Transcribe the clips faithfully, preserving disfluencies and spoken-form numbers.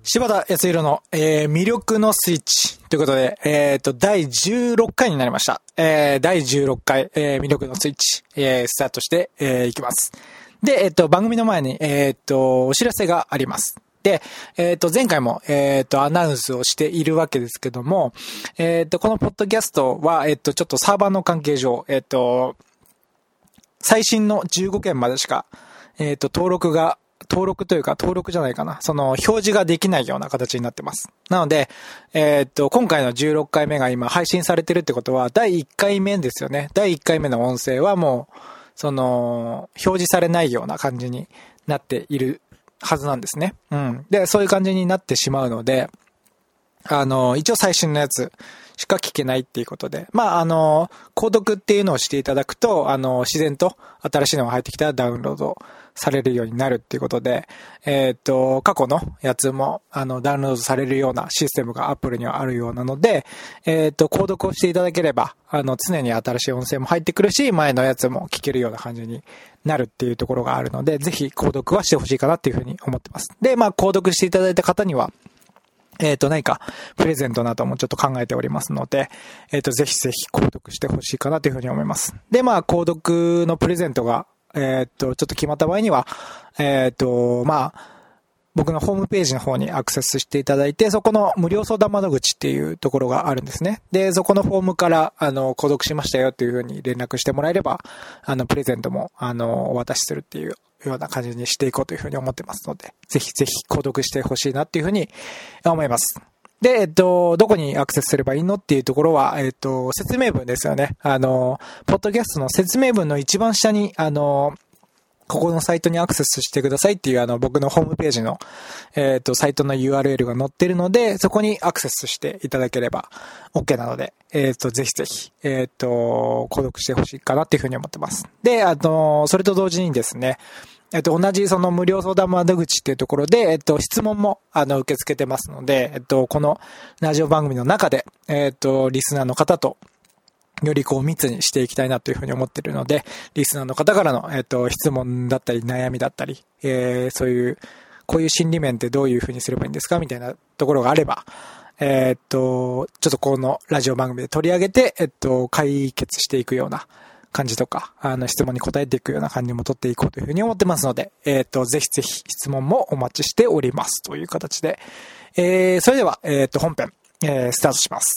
柴田康弘の、えー、魅力のスイッチということで、えっと、だいじゅうろっかいになりました。えー、だいじゅうろっかい、えー、魅力のスイッチ、えー、スタートして、えー、いきます。で、えっと、番組の前に、えっと、お知らせがあります。で、えっと、前回も、えっと、アナウンスをしているわけですけども、えっと、このポッドキャストは、えっと、ちょっとサーバーの関係上、えっと、最新のじゅうごけんまでしか、えっと、登録が、登録というか、登録じゃないかな。その、表示ができないような形になってます。なので、えー、っと、今回のじゅうろっかいめが今配信されてるってことは、だいいっかいめですよね。だいいっかいめの音声はもう、その、表示されないような感じになっているはずなんですね。うん。で、そういう感じになってしまうので、あの、一応最新のやつしか聞けないっていうことで、まあ、あの、購読っていうのをしていただくと、あの、自然と新しいのが入ってきたらダウンロードされるようになるっていうことで、えっと、過去のやつも、あの、ダウンロードされるようなシステムがアップルにはあるようなので、えっと、購読をしていただければ、あの、常に新しい音声も入ってくるし、前のやつも聞けるような感じになるっていうところがあるので、ぜひ購読はしてほしいかなっていうふうに思ってます。で、まあ、購読していただいた方には、えっと、何か、プレゼントなどもちょっと考えておりますので、えっと、ぜひぜひ購読してほしいかなというふうに思います。で、まあ、購読のプレゼントが、えっと、ちょっと決まった場合には、えっと、まあ、僕のホームページの方にアクセスしていただいて、そこの無料相談窓口っていうところがあるんですね。で、そこのフォームから、あの、購読しましたよっていうふうに連絡してもらえれば、あの、プレゼントも、あの、お渡しするっていうような感じにしていこうというふうに思ってますので、ぜひぜひ購読してほしいなっていうふうに思います。で、えっと、どこにアクセスすればいいのっていうところは、えっと、説明文ですよね。あの、ポッドキャストの説明文の一番下に、あの、ここのサイトにアクセスしてくださいっていうあの僕のホームページのえっとサイトの ユーアールエル が載ってるので、そこにアクセスしていただければ OK なので、えっとぜひぜひえっと購読してほしいかなっていうふうに思ってます。で、あのそれと同時にですね、えっと同じその無料相談窓口っていうところでえっと質問もあの受け付けてますので、えっとこのラジオ番組の中でえっとリスナーの方とよりこう密にしていきたいなというふうに思っているので、リスナーの方からの、えっと、質問だったり悩みだったり、えー、そういう、こういう心理面ってどういうふうにすればいいんですかみたいなところがあれば、えー、っと、ちょっとこのラジオ番組で取り上げて、えっと、解決していくような感じとか、あの質問に答えていくような感じも取っていこうというふうに思ってますので、えー、っと、ぜひぜひ質問もお待ちしておりますという形で、えー、それでは、えー、っと、本編、えー、スタートします。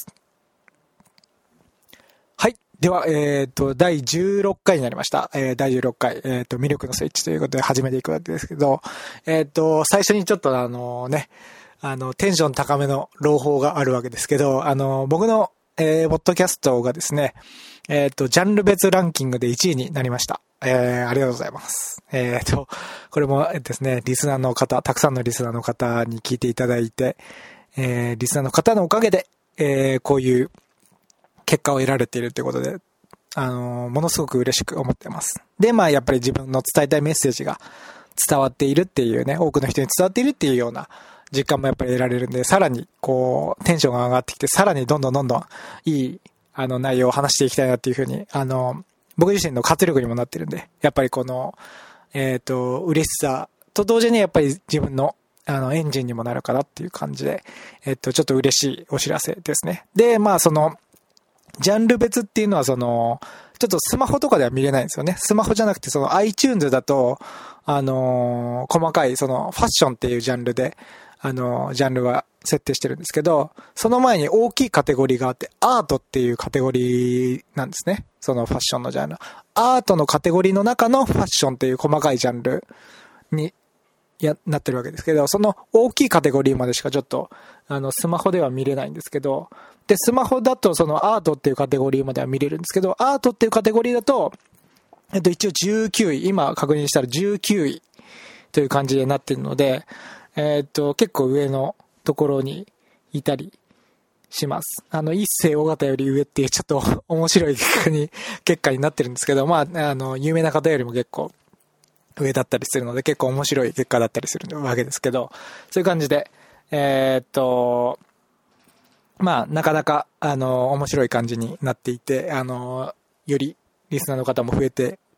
では、えっと、だいじゅうろっかいになりました。えー、だいじゅうろっかい、えっと、魅力のスイッチということで始めていくわけですけど、えっと、最初にちょっとあのね、あの、テンション高めの朗報があるわけですけど、あの、僕の、えー、ポッドキャストがですね、えっと、ジャンル別ランキングでいちいになりました。えー、ありがとうございます。えっと、これもですね、リスナーの方、たくさんのリスナーの方に聞いていただいて、えー、リスナーの方のおかげで、えー、こういう、結果を得られているということで、あの、ものすごく嬉しく思ってます。で、まあ、やっぱり自分の伝えたいメッセージが伝わっているっていうね、多くの人に伝わっているっていうような実感もやっぱり得られるんで、さらに、こう、テンションが上がってきて、さらにどんどんどんどんいい、あの、内容を話していきたいなっていうふうに、あの、僕自身の活力にもなってるんで、やっぱりこの、えっと、嬉しさと同時にやっぱり自分のあの、エンジンにもなるかなっていう感じで、えっと、ちょっと嬉しいお知らせですね。で、まあ、その、ジャンル別っていうのはその、ちょっとスマホとかでは見れないんですよね。スマホじゃなくてその iTunes だと、あのー、細かいそのファッションっていうジャンルで、あのー、ジャンルは設定してるんですけど、その前に大きいカテゴリーがあって、アートっていうカテゴリーなんですね。そのファッションのジャンル。アートのカテゴリーの中のファッションっていう細かいジャンルに、や、なってるわけですけど、その大きいカテゴリーまでしかちょっと、あの、スマホでは見れないんですけど、で、スマホだとそのアートっていうカテゴリーまでは見れるんですけど、アートっていうカテゴリーだと、えっと、一応じゅうきゅうい、今確認したらじゅうきゅういという感じになっているので、えっと、結構上のところにいたりします。あの、一世尾形より上っていうちょっと面白い結果に、結果になってるんですけど、まあ、あの、有名な方よりも結構、上だったりするので結構面白い結果だったりするわけですけど、そういう感じで、えー、っと、まあ、なかなか、あの、面白い感じになっていて、あの、よりリスナーの方も増えて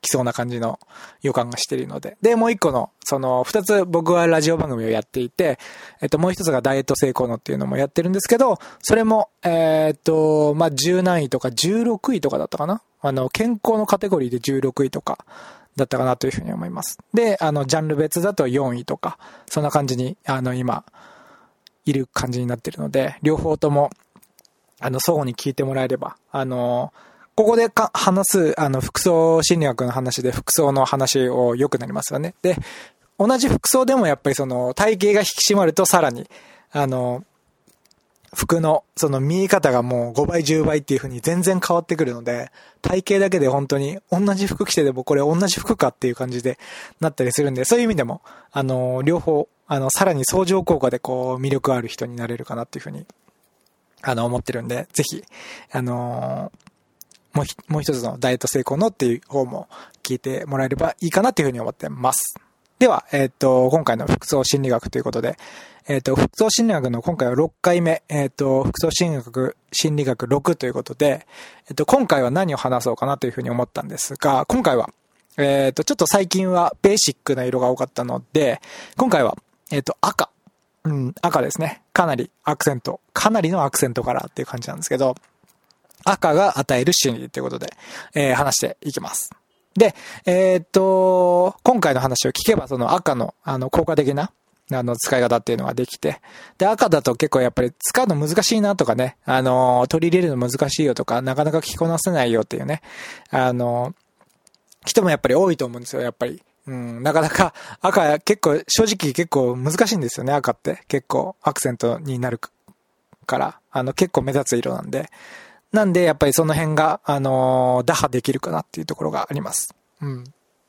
来そうな感じの予感がしているので。で、もう一個の、その、二つ僕はラジオ番組をやっていて、えっと、もう一つがダイエット成功のっていうのもやってるんですけど、それも、えー、っと、まあ、じゅうなんいとかじゅうろくいとかだったかな。あの、健康のカテゴリーでじゅうろくいとかだったかなというふうに思います。で、あの、ジャンル別だとよんいとか、そんな感じに、あの、今、いる感じになってるので、両方とも、あの、相互に聞いてもらえれば、あの、ここでか話す、あの、服装心理学の話で服装の話を良くなりますよね。で、同じ服装でもやっぱりその、体型が引き締まるとさらに、あの、服の、その見え方がもうごばいじゅうばいっていう風に全然変わってくるので、体型だけで本当に同じ服着てでもこれ同じ服かっていう感じでなったりするんで、そういう意味でも、あの、両方、あの、さらに相乗効果でこう、魅力ある人になれるかなっていう風に、あの、思ってるんで、ぜひ、あのー、もうひ、もう一つのダイエット成功のっていう方も聞いてもらえればいいかなっていう風に思ってます。では、えっと、今回の服装心理学ということで、えっと、服装心理学の今回はろっかいめ、えっと、服装心理学、心理学ろくということで、えっと、今回は何を話そうかなという風に思ったんですが、今回は、えっと、ちょっと最近はベーシックな色が多かったので、今回は、えっと、赤。うん、赤ですね。かなりアクセント。かなりのアクセントカラーっていう感じなんですけど、赤が与える心理ということで、えー、話していきます。で、えー、っと、今回の話を聞けば、その赤の、あの、効果的な、あの、使い方っていうのができて、で、赤だと結構やっぱり使うの難しいなとかね、あの、取り入れるの難しいよとか、なかなか着こなせないよっていうね、あの、人もやっぱり多いと思うんですよ、やっぱり。うん、なかなか赤結構正直結構難しいんですよね。赤って結構アクセントになるからあの結構目立つ色なんでなんでやっぱりその辺があのー、打破できるかなっていうところがあります。うん。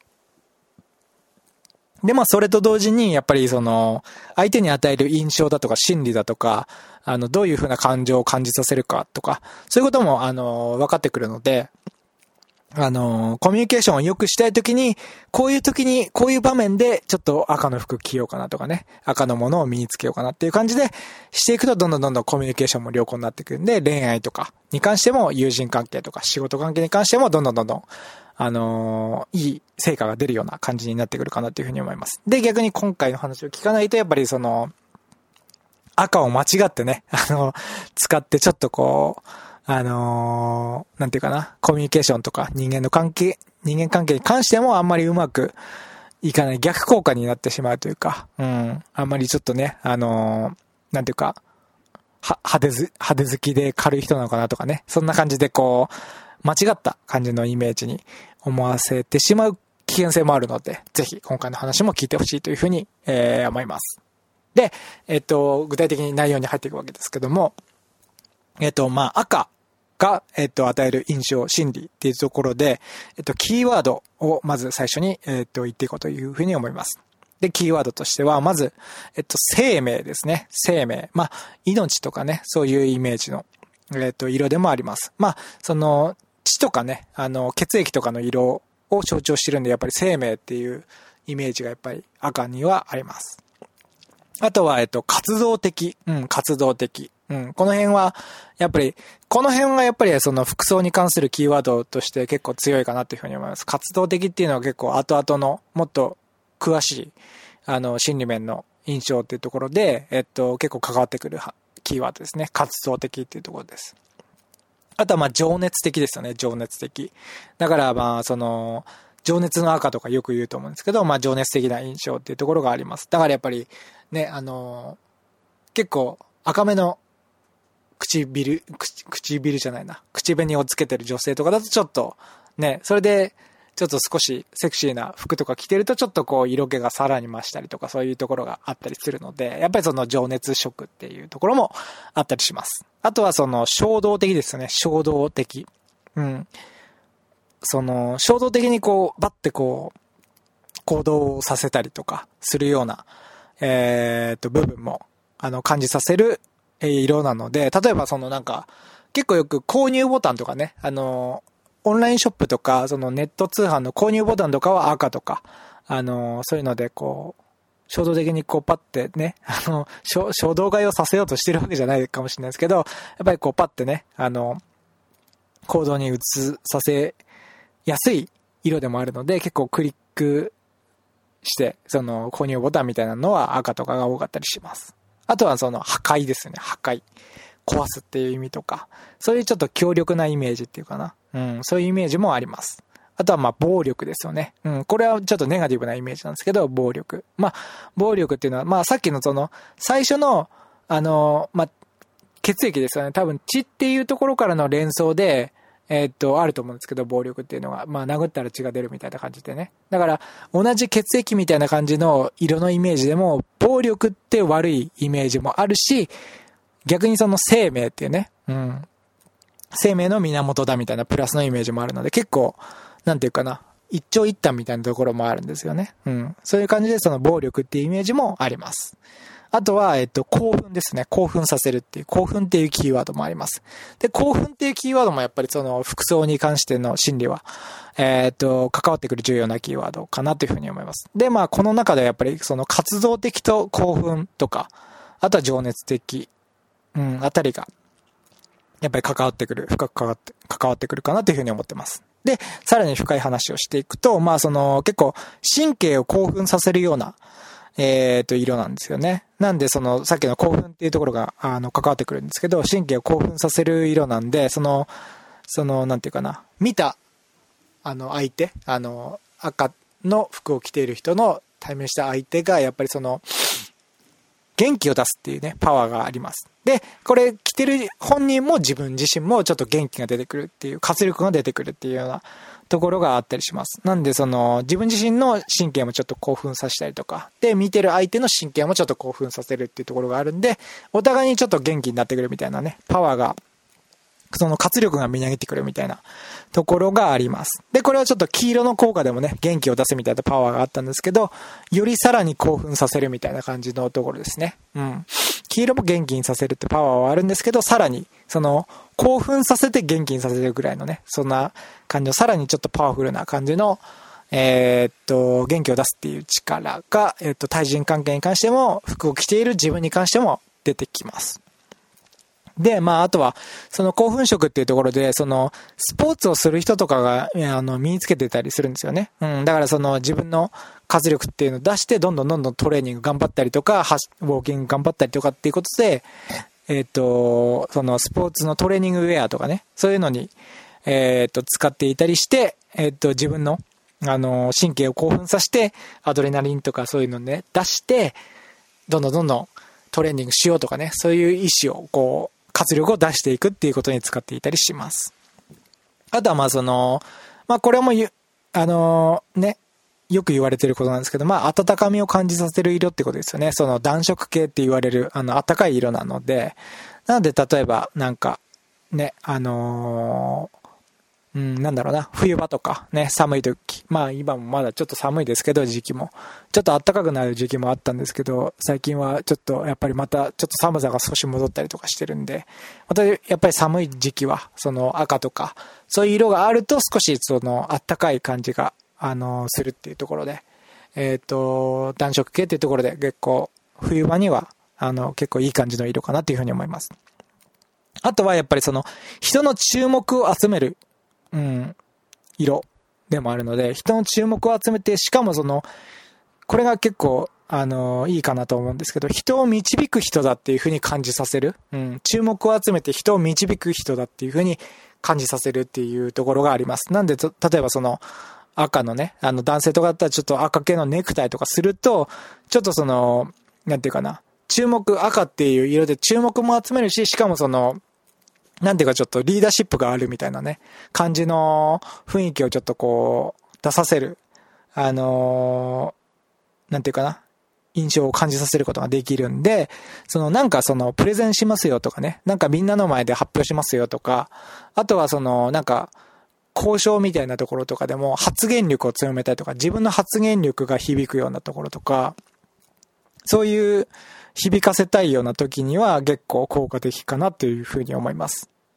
でまあそれと同時にやっぱりその相手に与える印象だとか心理だとかあのどういう風な感情を感じさせるかとかそういうこともあのー、分かってくるので。あのー、コミュニケーションを良くしたいときに、こういうときに、こういう場面で、ちょっと赤の服着ようかなとかね、赤のものを身につけようかなっていう感じで、していくと、どんどんどんどんコミュニケーションも良好になってくるんで、恋愛とかに関しても、友人関係とか仕事関係に関しても、どんどんどんどん、あのー、いい成果が出るような感じになってくるかなっていうふうに思います。で、逆に今回の話を聞かないと、やっぱりその、赤を間違ってね、あの、使ってちょっとこう、あのー、なんていうかな、コミュニケーションとか人間の関係、人間関係に関してもあんまりうまくいかない逆効果になってしまうというか、うん、あんまりちょっとね、あのー、なんていうか、は、派手ず、派手好きで軽い人なのかなとかね、そんな感じでこう、間違った感じのイメージに思わせてしまう危険性もあるので、ぜひ今回の話も聞いてほしいというふうに、えー、思います。で、えっと、具体的に内容に入っていくわけですけども、えっと、まあ、赤が、えっと、与える印象、心理っていうところで、えっと、キーワードをまず最初に、えっと、言っていこうというふうに思います。で、キーワードとしては、まず、えっと、生命ですね。生命。まあ、命とかね、そういうイメージの、えっと、色でもあります。まあ、その、血とかね、あの、血液とかの色を象徴してるんで、やっぱり生命っていうイメージがやっぱり赤にはあります。あとは、えっと、活動的。うん、活動的。うん、この辺は、やっぱり、この辺はやっぱりその服装に関するキーワードとして結構強いかなというふうに思います。活動的っていうのは結構後々のもっと詳しい、あの、心理面の印象っていうところで、えっと、結構関わってくるキーワードですね。活動的っていうところです。あとはまあ、情熱的ですよね。情熱的。だからまあ、その、情熱の赤とかよく言うと思うんですけど、まあ、情熱的な印象っていうところがあります。だからやっぱり、ね、あの、結構赤めの唇、口、唇じゃないな。口紅をつけてる女性とかだとちょっと、ね、それで、ちょっと少しセクシーな服とか着てるとちょっとこう色気がさらに増したりとかそういうところがあったりするので、やっぱりその情熱色っていうところもあったりします。あとはその衝動的ですよね。衝動的。うん。その衝動的にこう、バッてこう、行動させたりとかするような、えーっと、部分も、あの、感じさせる色なので、例えばそのなんか、結構よく購入ボタンとかね、あの、オンラインショップとか、そのネット通販の購入ボタンとかは赤とか、あの、そういうのでこう、衝動的にこうパッてね、あの、衝動買いをさせようとしてるわけじゃないかもしれないですけど、やっぱりこうパッてね、あの、行動に移させやすい色でもあるので、結構クリックして、その購入ボタンみたいなのは赤とかが多かったりします。あとはその破壊ですよね。破壊。壊すっていう意味とか、そういうちょっと強力なイメージっていうかな。うん、そういうイメージもあります。あとはまあ暴力ですよね。うん、これはちょっとネガティブなイメージなんですけど、暴力。まあ、暴力っていうのは、まあさっきのその、最初の、あの、まあ、血液ですよね。多分血っていうところからの連想で、えー、っと、あると思うんですけど、暴力っていうのが、まあ殴ったら血が出るみたいな感じでね。だから、同じ血液みたいな感じの色のイメージでも、暴力って悪いイメージもあるし、逆にその生命っていうね、うん。生命の源だみたいなプラスのイメージもあるので、結構、なんていうかな、一長一短みたいなところもあるんですよね。うん。そういう感じでその暴力っていうイメージもあります。あとは、えっと、興奮ですね。興奮させるっていう、興奮っていうキーワードもあります。で、興奮っていうキーワードもやっぱりその服装に関しての心理は、えっと、関わってくる重要なキーワードかなというふうに思います。で、まあ、この中ではやっぱりその活動的と興奮とか、あとは情熱的、うん、あたりが、やっぱり関わってくる、深く関わって、関わってくるかなというふうに思ってます。で、さらに深い話をしていくと、まあその、結構、神経を興奮させるような、えっと、色なんですよね。なんでその、さっきの興奮っていうところが、あの、関わってくるんですけど、神経を興奮させる色なんで、その、その、なんていうかな、見た、あの、相手、あの、赤の服を着ている人の対面した相手が、やっぱりその、元気を出すっていうね、パワーがあります。で、これ着てる本人も自分自身もちょっと元気が出てくるっていう、活力が出てくるっていうようなところがあったりします。なんでその、自分自身の神経もちょっと興奮させたりとか、で、見てる相手の神経もちょっと興奮させるっていうところがあるんで、お互いにちょっと元気になってくるみたいなね、パワーが、その活力がみなぎってくるみたいなところがあります。で、これはちょっと黄色の効果でもね、元気を出すみたいなパワーがあったんですけど、よりさらに興奮させるみたいな感じのところですね。うん。黄色も元気にさせるってパワーはあるんですけど、さらに、その、興奮させて元気にさせるぐらいのね、そんな感じの、さらにちょっとパワフルな感じの、えー、っと、元気を出すっていう力が、えー、っと、対人関係に関しても、服を着ている自分に関しても出てきます。で、まあ、あとは、その興奮色っていうところで、その、スポーツをする人とかが、あの、身につけてたりするんですよね。うん。だからその、自分の活力っていうのを出して、どんどんどんどんトレーニング頑張ったりとか、ウォーキング頑張ったりとかっていうことで、えっと、その、スポーツのトレーニングウェアとかね、そういうのに、えっと、使っていたりして、えっと、自分の、あの、神経を興奮させて、アドレナリンとかそういうのね、出して、どんどんどんどんトレーニングしようとかね、そういう意思を、こう、活力を出していくっていうことに使っていたりします。あとはまあその、まあこれもゆ、あのー、ね、よく言われてることなんですけど、まあ温かみを感じさせる色ってことですよね。その暖色系って言われる、あの暖かい色なので、なので例えばなんか、ね、あのー、うん、なんだろうな、冬場とかね、寒い時、まあ今もまだちょっと寒いですけど、時期も。ちょっと暖かくなる時期もあったんですけど、最近はちょっとやっぱりまたちょっと寒さが少し戻ったりとかしてるんで、またやっぱり寒い時期は、その赤とか、そういう色があると少しその暖かい感じが、あの、するっていうところで、えっと、暖色系っていうところで結構、冬場には、あの、結構いい感じの色かなっていうふうに思います。あとはやっぱりその、人の注目を集める、うん、色でもあるので、人の注目を集めて、しかもその、これが結構、あの、いいかなと思うんですけど、人を導く人だっていう風に感じさせる、うん、注目を集めて人を導く人だっていう風に感じさせるっていうところがあります。なんで、例えばその、赤のね、あの男性とかだったらちょっと赤系のネクタイとかすると、ちょっとその、なんていうかな、注目、赤っていう色で注目も集めるし、しかもその、なんていうかちょっとリーダーシップがあるみたいなね、感じの雰囲気をちょっとこう、出させる、あのー、なんていうかな、印象を感じさせることができるんで、そのなんかそのプレゼンしますよとかね、なんかみんなの前で発表しますよとか、あとはそのなんか交渉みたいなところとかでも発言力を強めたりとか、自分の発言力が響くようなところとか、そういう響かせたいような時には結構効果的かなというふうに思います。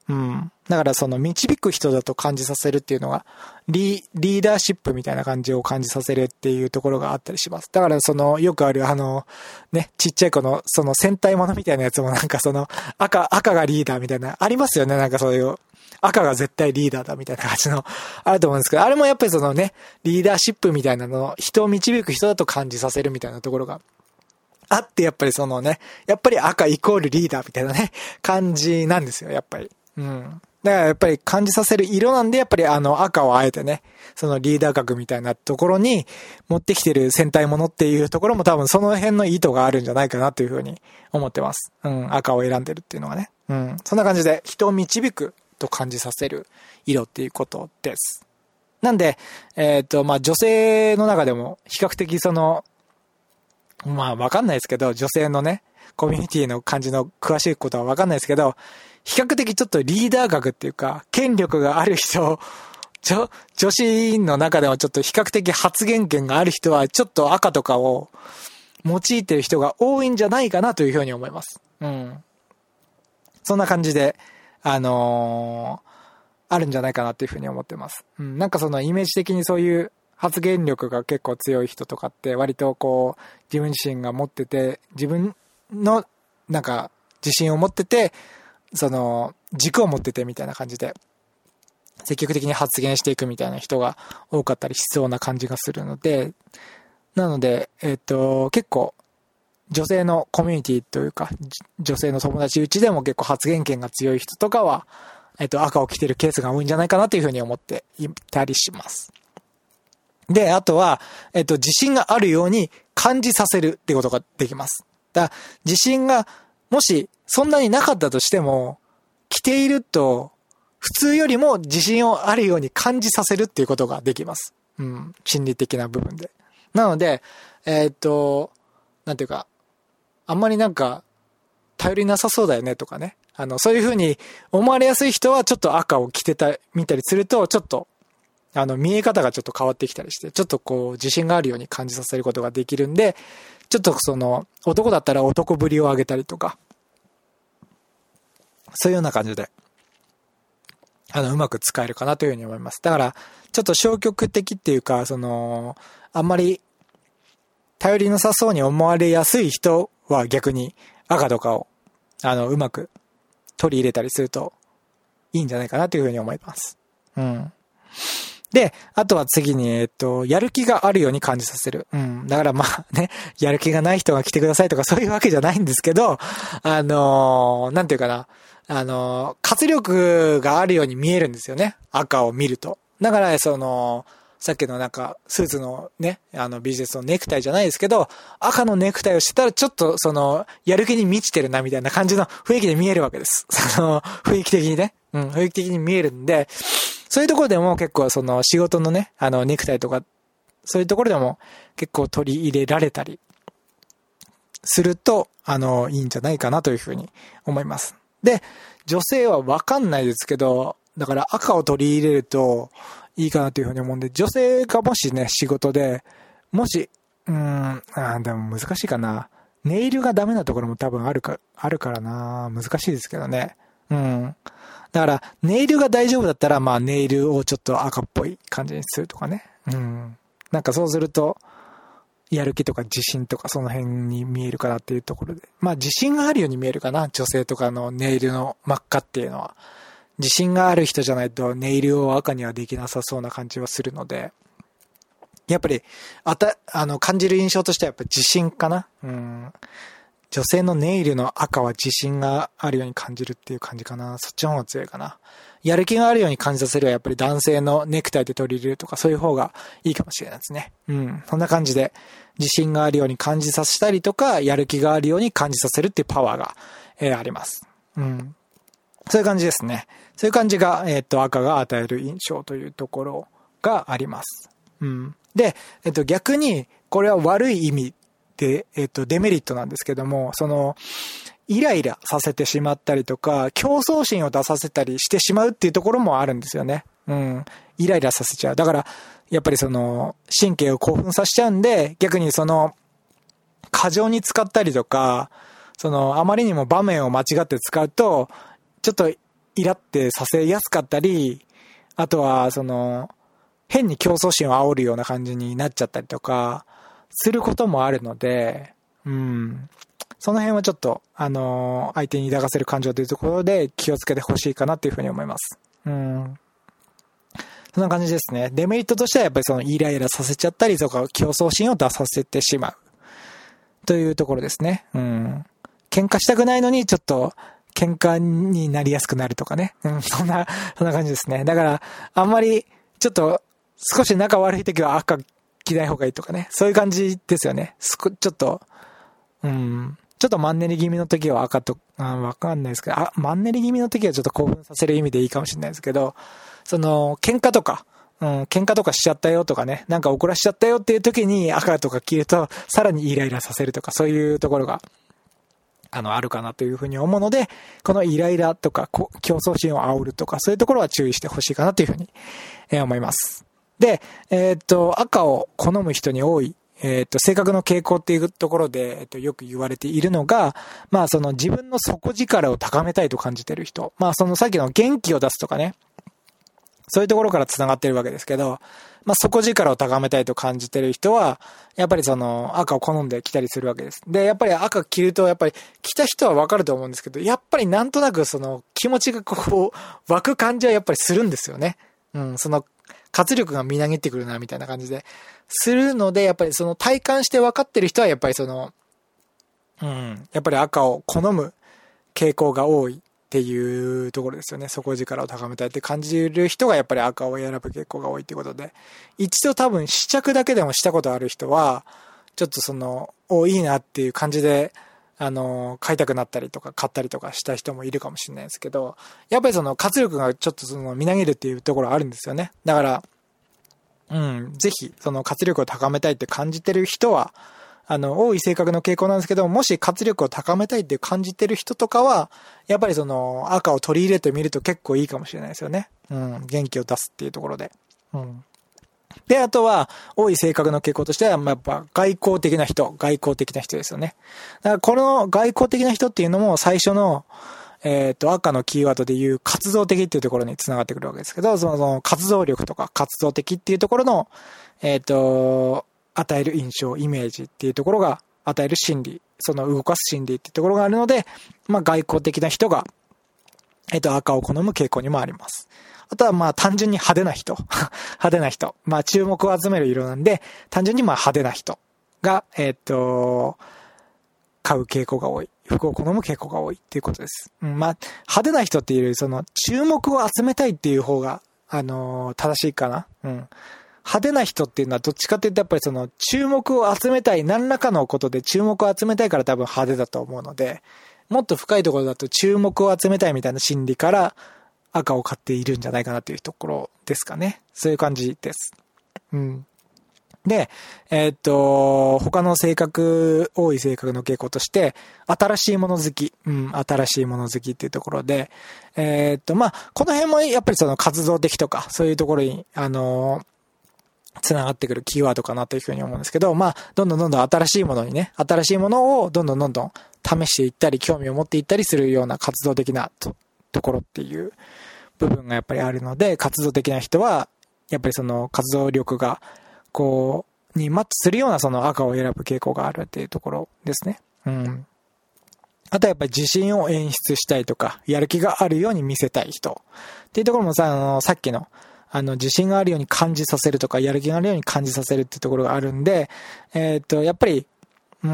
うん。だからその導く人だと感じさせるっていうのがリ、リーダーシップみたいな感じを感じさせるっていうところがあったりします。だからそのよくあるあのね、ちっちゃい子のその戦隊ものみたいなやつもなんかその赤、赤がリーダーみたいな、ありますよね。なんかそういう赤が絶対リーダーだみたいな感じのあると思うんですけど、あれもやっぱりそのね、リーダーシップみたいなのを人を導く人だと感じさせるみたいなところがあって、やっぱりそのね、やっぱり赤イコールリーダーみたいなね、感じなんですよ、やっぱり。うん。だからやっぱり感じさせる色なんで、やっぱりあの赤をあえてね、そのリーダー格みたいなところに持ってきてる戦隊ものっていうところも多分その辺の意図があるんじゃないかなというふうに思ってます。うん、赤を選んでるっていうのはね。うん。そんな感じで人を導くと感じさせる色っていうことです。なんで、えっと、まあ女性の中でも比較的その、まあわかんないですけど、女性のね、コミュニティの感じの詳しいことはわかんないですけど、比較的ちょっとリーダー格っていうか、権力がある人、女、女子の中でもちょっと比較的発言権がある人は、ちょっと赤とかを用いてる人が多いんじゃないかなというふうに思います。うん。そんな感じで、あのー、あるんじゃないかなというふうに思ってます。うん。なんかそのイメージ的にそういう発言力が結構強い人とかって割とこう、自分自身が持ってて、自分のなんか自信を持ってて、その軸を持っててみたいな感じで積極的に発言していくみたいな人が多かったりしそうな感じがするので、なのでえっと結構女性のコミュニティというか女性の友達うちでも結構発言権が強い人とかはえっと赤を着てるケースが多いんじゃないかなというふうに思っていたりします。で、あとはえっと自信があるように感じさせるってことができます。だから自信がもしそんなになかったとしても、着ていると、普通よりも自信をあるように感じさせるっていうことができます。うん。心理的な部分で。なので、えー、っと、なんていうか、あんまりなんか、頼りなさそうだよねとかね。あの、そういう風に思われやすい人はちょっと赤を着てた、見たりすると、ちょっと、あの、見え方がちょっと変わってきたりして、ちょっとこう、自信があるように感じさせることができるんで、ちょっとその、男だったら男ぶりを上げたりとか、そういうような感じで、あの、うまく使えるかなというふうに思います。だから、ちょっと消極的っていうか、その、あんまり、頼りなさそうに思われやすい人は逆に赤とかを、あの、うまく取り入れたりするといいんじゃないかなというふうに思います。うん。で、あとは次に、えっと、やる気があるように感じさせる。うん。だからまあね、やる気がない人が来てくださいとかそういうわけじゃないんですけど、あのー、なんていうかな。あの、活力があるように見えるんですよね。赤を見ると。だから、その、さっきのなんか、スーツのね、あの、ビジネスのネクタイじゃないですけど、赤のネクタイをしてたら、ちょっと、その、やる気に満ちてるな、みたいな感じの雰囲気で見えるわけです。その、雰囲気的にね。うん、雰囲気的に見えるんで、そういうところでも結構、その、仕事のね、あの、ネクタイとか、そういうところでも結構取り入れられたりすると、あの、いいんじゃないかなというふうに思います。で、女性は分かんないですけど、だから赤を取り入れるといいかなというふうに思うんで、女性がもしね、仕事で、もし、うーん、あでも難しいかな。ネイルがダメなところも多分あるか、あるからな。難しいですけどね。うん。だから、ネイルが大丈夫だったら、まあ、ネイルをちょっと赤っぽい感じにするとかね。うん。なんかそうすると、やる気とか自信とかその辺に見えるかなっていうところで。まあ自信があるように見えるかな。女性とかのネイルの真っ赤っていうのは。自信がある人じゃないとネイルを赤にはできなさそうな感じはするので。やっぱり、あた、あの、感じる印象としてはやっぱ自信かな。うん。女性のネイルの赤は自信があるように感じるっていう感じかな。そっちの方が強いかな。やる気があるように感じさせるはやっぱり男性のネクタイで取り入れるとかそういう方がいいかもしれないですね。うん。そんな感じで自信があるように感じさせたりとか、やる気があるように感じさせるっていうパワーが、えー、あります。うん。そういう感じですね。そういう感じが、えっと、赤が与える印象というところがあります。うん。で、えっと、逆に、これは悪い意味で、えっと、デメリットなんですけども、その、イライラさせてしまったりとか、競争心を出させたりしてしまうっていうところもあるんですよね。うん。イライラさせちゃう。だから、やっぱりその、神経を興奮させちゃうんで、逆にその、過剰に使ったりとか、その、あまりにも場面を間違って使うと、ちょっと、 イラってさせやすかったり、あとは、その、変に競争心を煽るような感じになっちゃったりとか、することもあるので、うん。その辺はちょっと、あのー、相手に抱かせる感情というところで気をつけてほしいかなっていうふうに思います。うん。そんな感じですね。デメリットとしてはやっぱりそのイライラさせちゃったりとか、競争心を出させてしまう。というところですね。うん。喧嘩したくないのにちょっと、喧嘩になりやすくなるとかね。うん、そんな、そんな感じですね。だから、あんまり、ちょっと、少し仲悪い時は赤着ない方がいいとかね。そういう感じですよね。すこちょっと、うん、ちょっとマンネリ気味の時は赤と、あ、わかんないですけど、あ、マンネリ気味の時はちょっと興奮させる意味でいいかもしれないですけど、その、喧嘩とか、うん、喧嘩とかしちゃったよとかね、なんか怒らしちゃったよっていう時に赤とか着ると、さらにイライラさせるとか、そういうところが、あの、あるかなというふうに思うので、このイライラとか、競争心を煽るとか、そういうところは注意してほしいかなというふうに、えー、思います。で、えー、っと、赤を好む人に多い、えー、っと、性格の傾向っていうところで、えー、っと、よく言われているのが、まあ、その自分の底力を高めたいと感じている人。まあ、そのさっきの元気を出すとかね、そういうところから繋がってるわけですけど、まあ、底力を高めたいと感じてる人は、やっぱりその赤を好んで着たりするわけです。で、やっぱり赤着ると、やっぱり着た人はわかると思うんですけど、やっぱりなんとなくその気持ちがこう、湧く感じはやっぱりするんですよね。うん、その活力がみなぎってくるな、みたいな感じで。するので、やっぱりその体感して分かってる人は、やっぱりその、うん、やっぱり赤を好む傾向が多い。っていうところですよね。底力を高めたいって感じる人がやっぱり赤を選ぶ傾向が多いっていうことで、一度多分試着だけでもしたことある人は、ちょっとその、お、いいなっていう感じで、あの、買いたくなったりとか買ったりとかした人もいるかもしれないですけど、やっぱりその活力がちょっとそのみなぎるっていうところあるんですよね。だから、うん、ぜひその活力を高めたいって感じてる人は、あの、多い性格の傾向なんですけど、もし活力を高めたいって感じてる人とかは、やっぱりその赤を取り入れてみると結構いいかもしれないですよね。うん、元気を出すっていうところで。うん。で、あとは、多い性格の傾向としては、まあ、やっぱ外交的な人、外交的な人ですよね。だからこの外交的な人っていうのも最初の、えっと、赤のキーワードで言う活動的っていうところに繋がってくるわけですけど、その、その活動力とか活動的っていうところの、えっと、与える印象、イメージっていうところが与える心理、その動かす心理っていうところがあるので、まあ外交的な人が、えっと赤を好む傾向にもあります。あとはまあ単純に派手な人、派手な人、まあ注目を集める色なんで、単純にまあ派手な人が、えっと、買う傾向が多い。服を好む傾向が多いっていうことです。うん、まあ派手な人っていうより、その注目を集めたいっていう方が、あのー、正しいかな。うん。派手な人っていうのはどっちかっていうとやっぱりその注目を集めたい、何らかのことで注目を集めたいから多分派手だと思うので、もっと深いところだと注目を集めたいみたいな心理から赤を買っているんじゃないかなっていうところですかね。そういう感じです。うん。で、えー、っと、他の性格、多い性格の傾向として、新しいもの好き。うん、新しいもの好きっていうところで、えー、っと、まあ、この辺もやっぱりその活動的とか、そういうところに、あのー、つながってくるキーワードかなというふうに思うんですけど、まあ、どんどんどんどん新しいものにね、新しいものをどんどんどんどん試していったり、興味を持っていったりするような活動的な と, ところっていう部分がやっぱりあるので、活動的な人は、やっぱりその活動力が、こう、にマッチするようなその赤を選ぶ傾向があるっていうところですね。うん。あとはやっぱり自信を演出したいとか、やる気があるように見せたい人。っていうところもさ、あの、さっきの、あの、自信があるように感じさせるとか、やる気があるように感じさせるっていうところがあるんで、えっと、やっぱり、うん、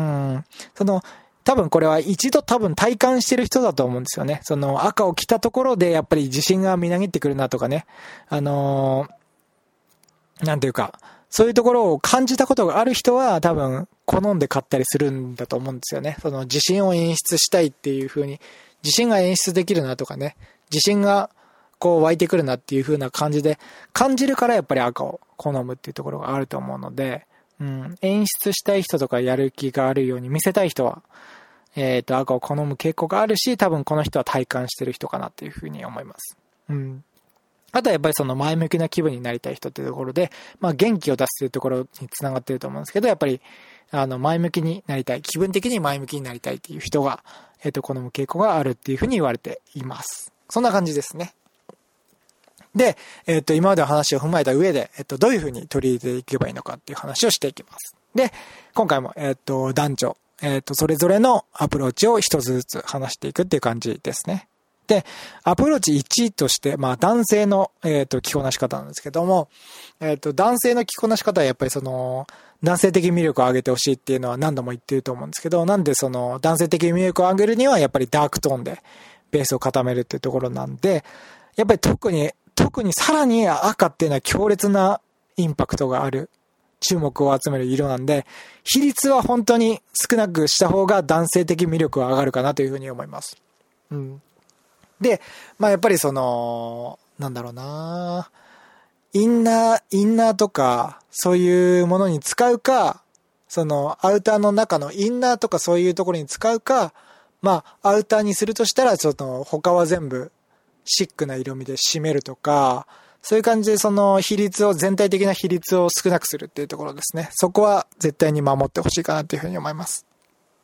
その、多分これは一度多分体感してる人だと思うんですよね。その赤を着たところでやっぱり自信がみなぎってくるなとかね。あのー、なんていうか、そういうところを感じたことがある人は多分好んで買ったりするんだと思うんですよね。その自信を演出したいっていう風に、自信が演出できるなとかね。自信がこう湧いてくるなっていう風な感じで感じるからやっぱり赤を好むっていうところがあると思うので、うん、演出したい人とかやる気があるように見せたい人は、えっと、赤を好む傾向があるし、多分この人は体感してる人かなっていう風に思います。うん。あとはやっぱりその前向きな気分になりたい人っていうところで、まあ元気を出すというところにつながってると思うんですけど、やっぱり、あの、前向きになりたい、気分的に前向きになりたいっていう人が、えっと、好む傾向があるっていう風に言われています。 そんな感じですね。で、えっと、今までの話を踏まえた上で、えっと、どういう風に取り入れていけばいいのかっていう話をしていきます。で、今回も、えっと、男女、えっと、それぞれのアプローチを一つずつ話していくっていう感じですね。で、アプローチいちとして、まあ、男性の、えっと、着こなし方なんですけども、えっと、男性の着こなし方はやっぱりその、男性的魅力を上げてほしいっていうのは何度も言ってると思うんですけど、なんでその、男性的魅力を上げるには、やっぱりダークトーンで、ベースを固めるっていうところなんで、やっぱり特に、特にさらに赤っていうのは強烈なインパクトがある、注目を集める色なんで、比率は本当に少なくした方が男性的魅力は上がるかなというふうに思います。うん。で、まあやっぱりその、なんだろうなインナー、インナーとか、そういうものに使うか、そのアウターの中のインナーとかそういうところに使うか、まあアウターにするとしたら、ちょっと他は全部シックな色味で締めるとか、そういう感じでその比率を、全体的な比率を少なくするっていうところですね。そこは絶対に守ってほしいかなっていうふうに思います。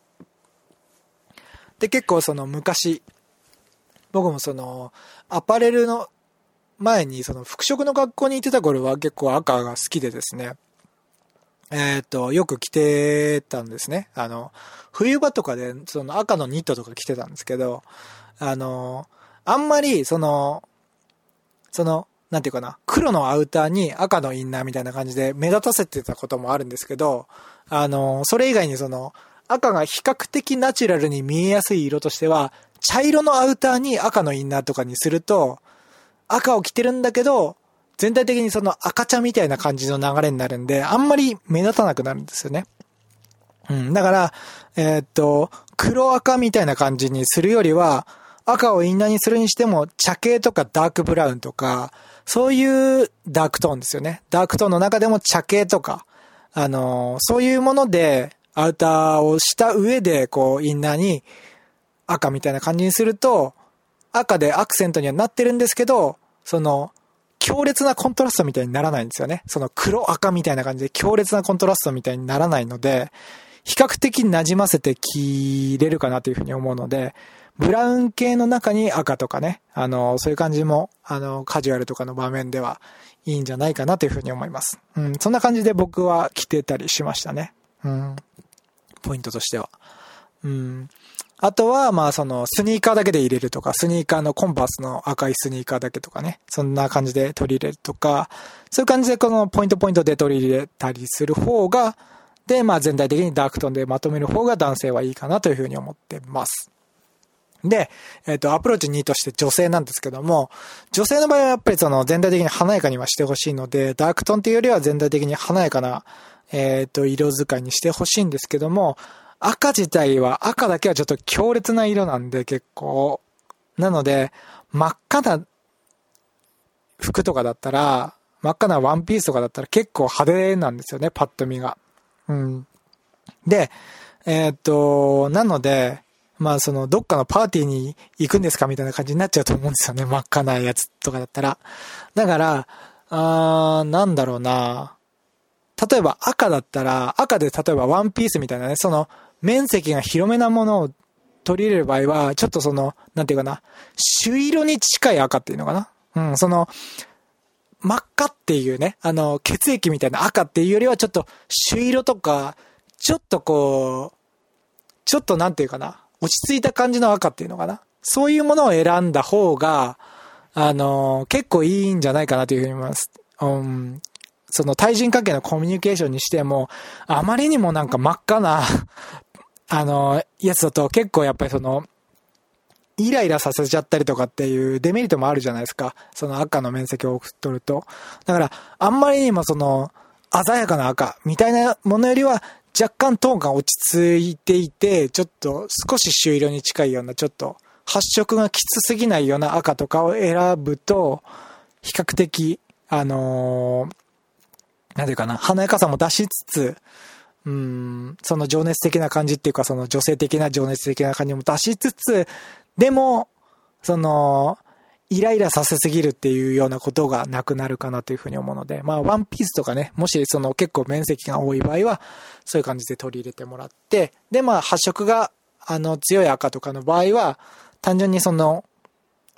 で、結構その昔、僕もそのアパレルの前にその服飾の学校に行ってた頃は結構赤が好きでですね、えっと、よく着てたんですね。あの、冬場とかでその赤のニットとか着てたんですけど、あの、あんまりその、その、なんていうかな、黒のアウターに赤のインナーみたいな感じで目立たせてたこともあるんですけど、あの、それ以外にその、赤が比較的ナチュラルに見えやすい色としては、茶色のアウターに赤のインナーとかにすると、赤を着てるんだけど、全体的にその赤茶みたいな感じの流れになるんで、あんまり目立たなくなるんですよね。うん。だから、えー、っと、黒赤みたいな感じにするよりは、赤をインナーにするにしても、茶系とかダークブラウンとか、そういうダークトーンですよね。ダークトーンの中でも茶系とか、あのー、そういうもので、アウターをした上で、こう、インナーに赤みたいな感じにすると、赤でアクセントにはなってるんですけど、その、強烈なコントラストみたいにならないんですよね。その黒赤みたいな感じで強烈なコントラストみたいにならないので、比較的馴染ませて着れるかなというふうに思うので、ブラウン系の中に赤とかね、あの、そういう感じも、あの、カジュアルとかの場面ではいいんじゃないかなというふうに思います。うん、そんな感じで僕は着てたりしましたね。うん、ポイントとしては。うん。あとは、まあ、その、スニーカーだけで入れるとか、スニーカーのコンバースの赤いスニーカーだけとかね、そんな感じで取り入れるとか、そういう感じでこのポイントポイントで取り入れたりする方が、で、まあ、全体的にダークトーンでまとめる方が男性はいいかなというふうに思ってます。で、えっと、アプローチにとして女性なんですけども、女性の場合はやっぱりその全体的に華やかにはしてほしいので、ダークトーンっていうよりは全体的に華やかな、えっと、色使いにしてほしいんですけども、赤自体は、赤だけはちょっと強烈な色なんで結構。なので、真っ赤な服とかだったら、真っ赤なワンピースとかだったら結構派手なんですよね、パッと見が。うん。で、えっと、なので、まあそのどっかのパーティーに行くんですかみたいな感じになっちゃうと思うんですよね。真っ赤なやつとかだったら。だから、あー、なんだろうな。例えば赤だったら、赤で例えばワンピースみたいなね、その面積が広めなものを取り入れる場合は、ちょっとその、なんていうかな、朱色に近い赤っていうのかな。うん、その、真っ赤っていうね、あの、血液みたいな赤っていうよりはちょっと朱色とか、ちょっとこう、ちょっとなんていうかな、落ち着いた感じの赤っていうのかな。そういうものを選んだ方が、あのー、結構いいんじゃないかなというふうに思います。うん、その対人関係のコミュニケーションにしても、あまりにもなんか真っ赤な、あのー、やつだと結構やっぱりその、イライラさせちゃったりとかっていうデメリットもあるじゃないですか。その赤の面積を取ると。だから、あんまりにもその、鮮やかな赤みたいなものよりは、若干トーンが落ち着いていて、ちょっと少し朱色に近いような、ちょっと発色がきつすぎないような赤とかを選ぶと、比較的、あのー、なんていうかな、華やかさも出しつつ、うーん、その情熱的な感じっていうか、その女性的な情熱的な感じも出しつつ、でも、その、イライラさせすぎるっていうようなことがなくなるかなというふうに思うので、まあ、ワンピースとかね、もしその結構面積が多い場合は、そういう感じで取り入れてもらって、で、まあ、発色が、あの、強い赤とかの場合は、単純にその、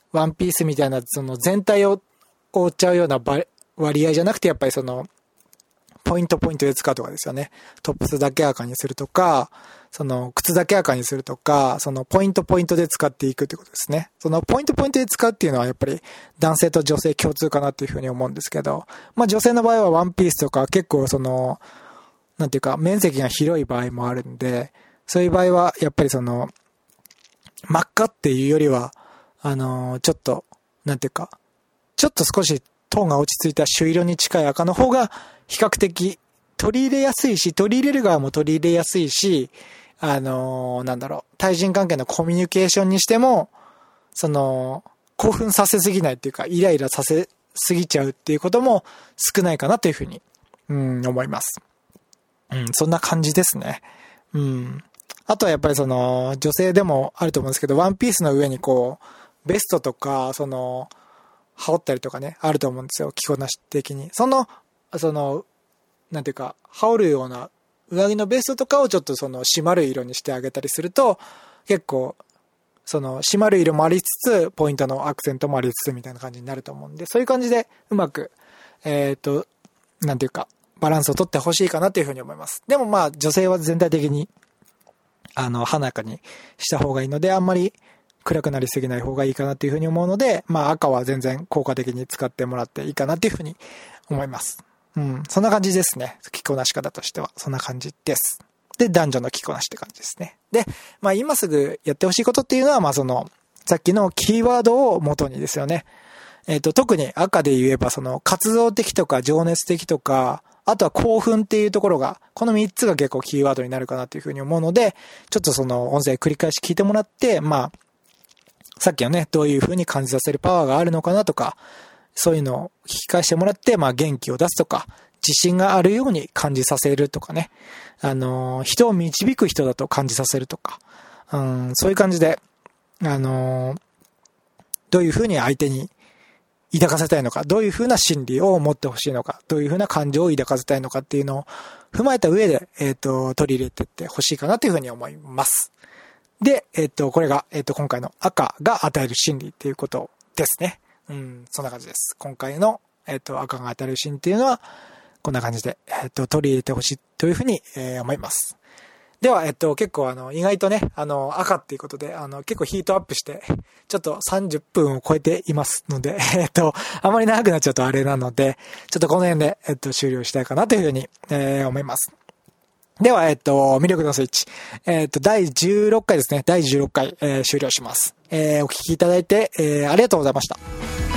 ワンピースみたいな、その全体を覆っちゃうような割合じゃなくて、やっぱりその、ポイントポイントで使うとかですよね。トップスだけ赤にするとか、その靴だけ赤にするとか、そのポイントポイントで使っていくってことですね。そのポイントポイントで使うっていうのはやっぱり男性と女性共通かなっていうふうに思うんですけど、まあ女性の場合はワンピースとか結構その、なんていうか面積が広い場合もあるんで、そういう場合はやっぱりその、真っ赤っていうよりは、あのー、ちょっと、なんていうか、ちょっと少しトーンが落ち着いた朱色に近い赤の方が比較的取り入れやすいし、取り入れる側も取り入れやすいし、あのー、なんだろう、対人関係のコミュニケーションにしても、その、興奮させすぎないっていうか、イライラさせすぎちゃうっていうことも少ないかなというふうに、うん、思います。うん、そんな感じですね。うん。あとはやっぱりその、女性でもあると思うんですけど、ワンピースの上にこう、ベストとか、その、羽織ったりとかね、あると思うんですよ。着こなし的に。その、その、なんていうか、羽織るような上着のベストとかをちょっとその、締まる色にしてあげたりすると、結構、その、締まる色もありつつ、ポイントのアクセントもありつつみたいな感じになると思うんで、そういう感じで、うまく、えっと、なんていうか、バランスをとってほしいかなというふうに思います。でもまあ、女性は全体的に、あの、華やかにした方がいいので、あんまり暗くなりすぎない方がいいかなっていうふうに思うので、まあ赤は全然効果的に使ってもらっていいかなっていうふうに思います。うん。そんな感じですね。着こなし方としては。そんな感じです。で、男女の着こなしって感じですね。で、まあ今すぐやってほしいことっていうのは、まあその、さっきのキーワードを元にですよね。えっと、特に赤で言えば、その、活動的とか情熱的とか、あとは興奮っていうところが、このみっつが結構キーワードになるかなというふうに思うので、ちょっとその音声繰り返し聞いてもらって、まあ、さっきのね、どういうふうに感じさせるパワーがあるのかなとか、そういうのを聞き返してもらって、まあ元気を出すとか、自信があるように感じさせるとかね、あのー、人を導く人だと感じさせるとか、うん、そういう感じで、あのー、どういうふうに相手に抱かせたいのか、どういう風な心理を持ってほしいのか、どういう風な感情を抱かせたいのかっていうのを踏まえた上で、えっと、取り入れていってほしいかなという風に思います。で、えっと、これが、えっと、今回の赤が与える心理っていうことですね。うん、そんな感じです。今回の、えっと、赤が与える心理っていうのは、こんな感じで、えっと、取り入れてほしいという風に、えー、思います。では、えっと、結構あの、意外とね、あの、赤っていうことで、あの、結構ヒートアップして、ちょっとさんじゅっぷんを超えていますので、えっと、あまり長くなっちゃうとあれなので、ちょっとこの辺で、えっと、終了したいかなというふうに、えー、思います。では、えっと、魅力のスイッチ。えっと、だいじゅうろっかいですね。だいじゅうろっかい、えー、終了します。えー、お聞きいただいて、えー、ありがとうございました。